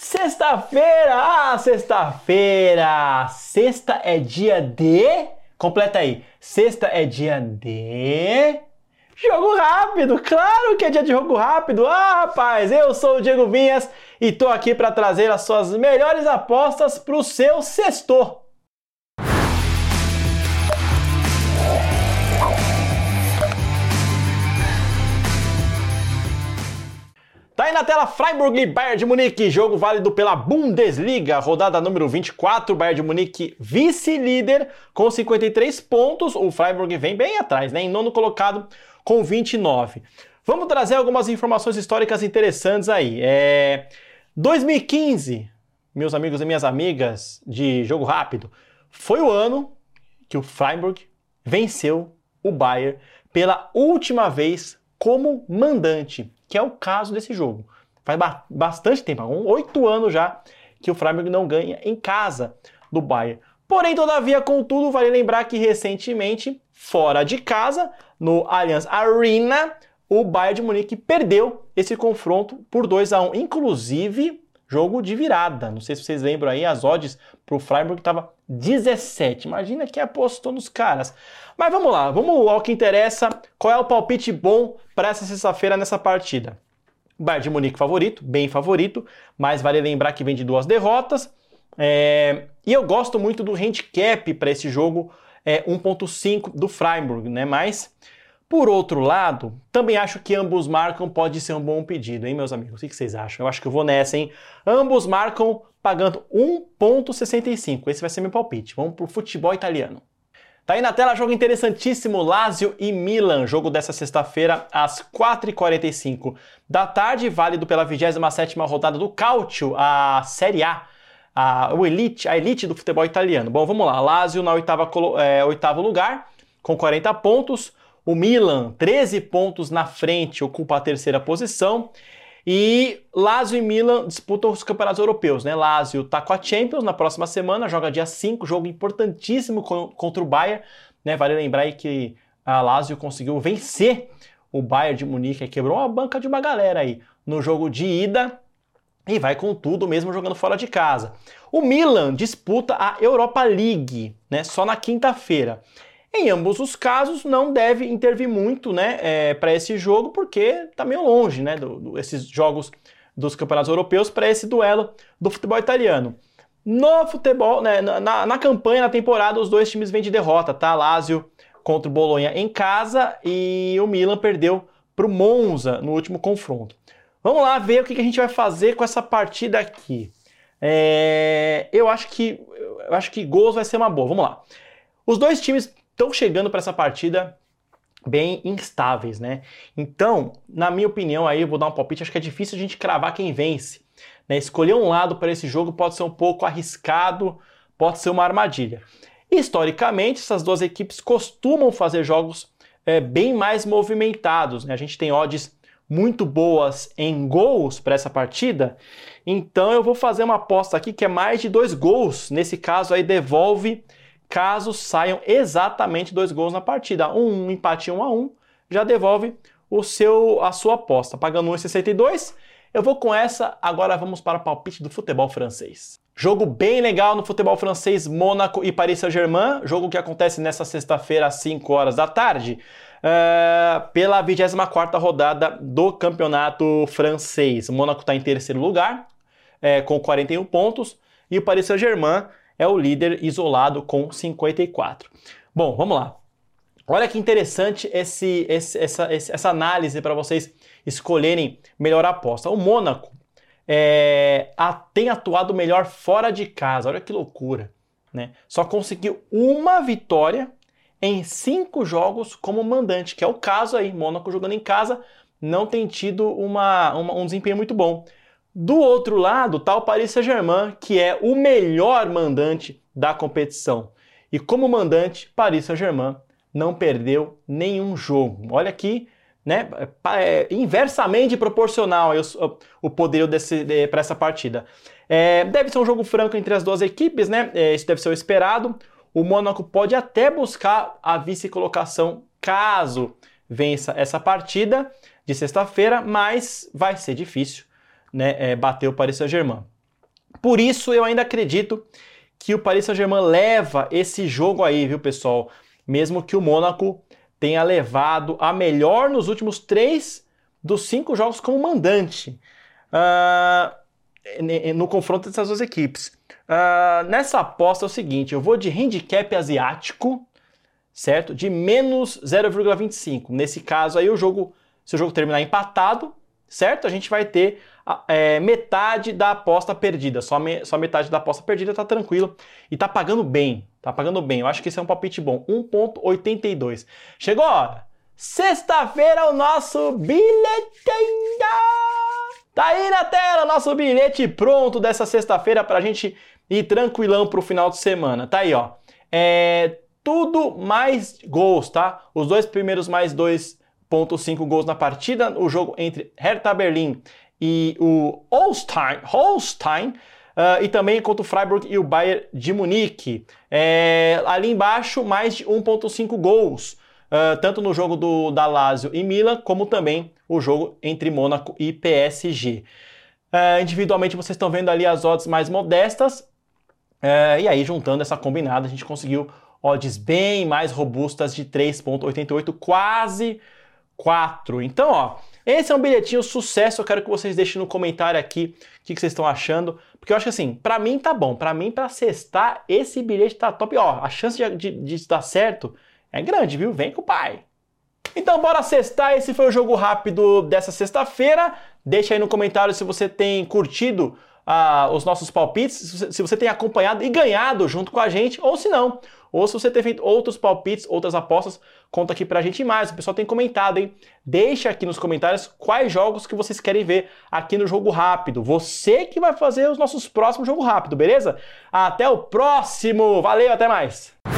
Sexta-feira! Sexta-feira! Sexta é dia de... Completa aí. Sexta é dia de... Jogo rápido! Claro que é dia de jogo rápido! Rapaz, eu sou o Diego Vinhas e tô aqui para trazer as suas melhores apostas pro seu sexto. Tá aí na tela Freiburg e Bayern de Munique, jogo válido pela Bundesliga, rodada número 24, Bayern de Munique vice-líder com 53 pontos, o Freiburg vem bem atrás, né, em nono colocado com 29. Vamos trazer algumas informações históricas interessantes aí. 2015, meus amigos e minhas amigas de jogo rápido, foi o ano que o Freiburg venceu o Bayern pela última vez como mandante, que é o caso desse jogo. Faz bastante tempo, 8 anos já, que o Freiburg não ganha em casa do Bayern. Porém, todavia, contudo, vale lembrar que recentemente, fora de casa, no Allianz Arena, o Bayern de Munique perdeu esse confronto por 2-1, inclusive jogo de virada. Não sei se vocês lembram aí, as odds para o Freiburg estava 17. Imagina quem apostou nos caras. Mas vamos lá, vamos ao que interessa. Qual é o palpite bom para essa sexta-feira nessa partida? O Bayern de Munique favorito, bem favorito, mas vale lembrar que vem de 2 derrotas. E eu gosto muito do handicap para esse jogo, 1.5 do Freiburg, né? Mas, por outro lado, também acho que ambos marcam pode ser um bom pedido, hein, meus amigos? O que vocês acham? Eu acho que eu vou nessa, hein? Ambos marcam pagando 1.65. Esse vai ser meu palpite. Vamos pro futebol italiano. Tá aí na tela, jogo interessantíssimo, Lazio e Milan, jogo dessa sexta-feira às 4h45 da tarde, válido pela 27ª rodada do Calcio, a Série A, a elite do futebol italiano. Bom, vamos lá, Lazio na oitavo lugar, com 40 pontos, o Milan, 13 pontos na frente, ocupa a terceira posição, e Lazio e Milan disputam os campeonatos europeus, né? Lazio tá com a Champions na próxima semana, joga dia 5, jogo importantíssimo contra o Bayern, né? Vale lembrar aí que a Lazio conseguiu vencer o Bayern de Munique, quebrou a banca de uma galera aí no jogo de ida e vai com tudo mesmo jogando fora de casa. O Milan disputa a Europa League, né? Só na quinta-feira. Em ambos os casos, não deve intervir muito, né, para esse jogo, porque tá meio longe, né, esses jogos dos campeonatos europeus para esse duelo do futebol italiano. No futebol, né, na campanha, na temporada, os dois times vêm de derrota, tá? Lazio contra o Bolonha em casa e o Milan perdeu para o Monza no último confronto. Vamos lá ver o que a gente vai fazer com essa partida aqui. Eu acho que gols vai ser uma boa. Vamos lá. Os dois times estão chegando para essa partida bem instáveis, né? Então, na minha opinião, aí eu vou dar um palpite, acho que é difícil a gente cravar quem vence, né? Escolher um lado para esse jogo pode ser um pouco arriscado, pode ser uma armadilha. Historicamente, essas duas equipes costumam fazer jogos bem mais movimentados, né? A gente tem odds muito boas em gols para essa partida, então eu vou fazer uma aposta aqui que é mais de 2 gols, nesse caso aí devolve caso saiam exatamente 2 gols na partida. Um empate 1-1 já devolve a sua aposta. Pagando 1,62, eu vou com essa. Agora vamos para o palpite do futebol francês. Jogo bem legal no futebol francês, Mônaco e Paris Saint-Germain. Jogo que acontece nessa sexta-feira às 5 horas da tarde. Pela 24ª rodada do campeonato francês. O Mônaco está em terceiro lugar, com 41 pontos. E o Paris Saint-Germain é o líder isolado com 54. Bom, vamos lá. Olha que interessante essa análise para vocês escolherem melhor aposta. O Mônaco tem atuado melhor fora de casa. Olha que loucura, né? Só conseguiu uma vitória em 5 jogos como mandante, que é o caso aí. Mônaco jogando em casa não tem tido um desempenho muito bom. Do outro lado está o Paris Saint-Germain, que é o melhor mandante da competição. E como mandante, Paris Saint-Germain não perdeu nenhum jogo. Olha aqui, né, inversamente proporcional aí o poderio para essa partida. Deve ser um jogo franco entre as duas equipes, né? Isso deve ser o esperado. O Mônaco pode até buscar a vice-colocação caso vença essa partida de sexta-feira, mas vai ser difícil, né, bater o Paris Saint-Germain. Por isso eu ainda acredito que o Paris Saint-Germain leva esse jogo aí, viu, pessoal? Mesmo que o Mônaco tenha levado a melhor nos últimos 3 dos 5 jogos como mandante no confronto dessas duas equipes. Nessa aposta é o seguinte, eu vou de handicap asiático, certo? De menos 0,25. Nesse caso aí, se o jogo terminar empatado, certo? A gente vai ter metade da aposta perdida. Só metade da aposta perdida, tá tranquilo. E tá pagando bem. Tá pagando bem. Eu acho que esse é um palpite bom. 1,82. Chegou a hora. Sexta-feira o nosso bilhetinho. Tá aí na tela nosso bilhete pronto dessa sexta-feira pra gente ir tranquilão pro final de semana. Tá aí, ó. Tudo mais gols, tá? Os 2 primeiros mais 2,5 gols na partida. O jogo entre Hertha Berlim e o Holstein. E também contra o Freiburg e o Bayern de Munique. Ali embaixo, mais de 1,5 gols. Tanto no jogo da Lazio e Milan, como também o jogo entre Mônaco e PSG. Individualmente vocês estão vendo ali as odds mais modestas. E aí, juntando essa combinada, a gente conseguiu odds bem mais robustas de 3,88, quase 4. Então, ó, esse é um bilhetinho sucesso. Eu quero que vocês deixem no comentário aqui o que vocês estão achando. Porque eu acho que assim, pra mim tá bom. Pra mim, pra sextar, esse bilhete tá top. Ó, a chance de dar certo é grande, viu? Vem com o pai. Então, bora sextar. Esse foi o jogo rápido dessa sexta-feira. Deixa aí no comentário se você tem curtido os nossos palpites, se você tem acompanhado e ganhado junto com a gente, ou se não. Ou se você tem feito outros palpites, outras apostas, conta aqui pra gente mais. O pessoal tem comentado, hein? Deixa aqui nos comentários quais jogos que vocês querem ver aqui no Jogo Rápido. Você que vai fazer os nossos próximos Jogo Rápido, beleza? Até o próximo! Valeu, até mais!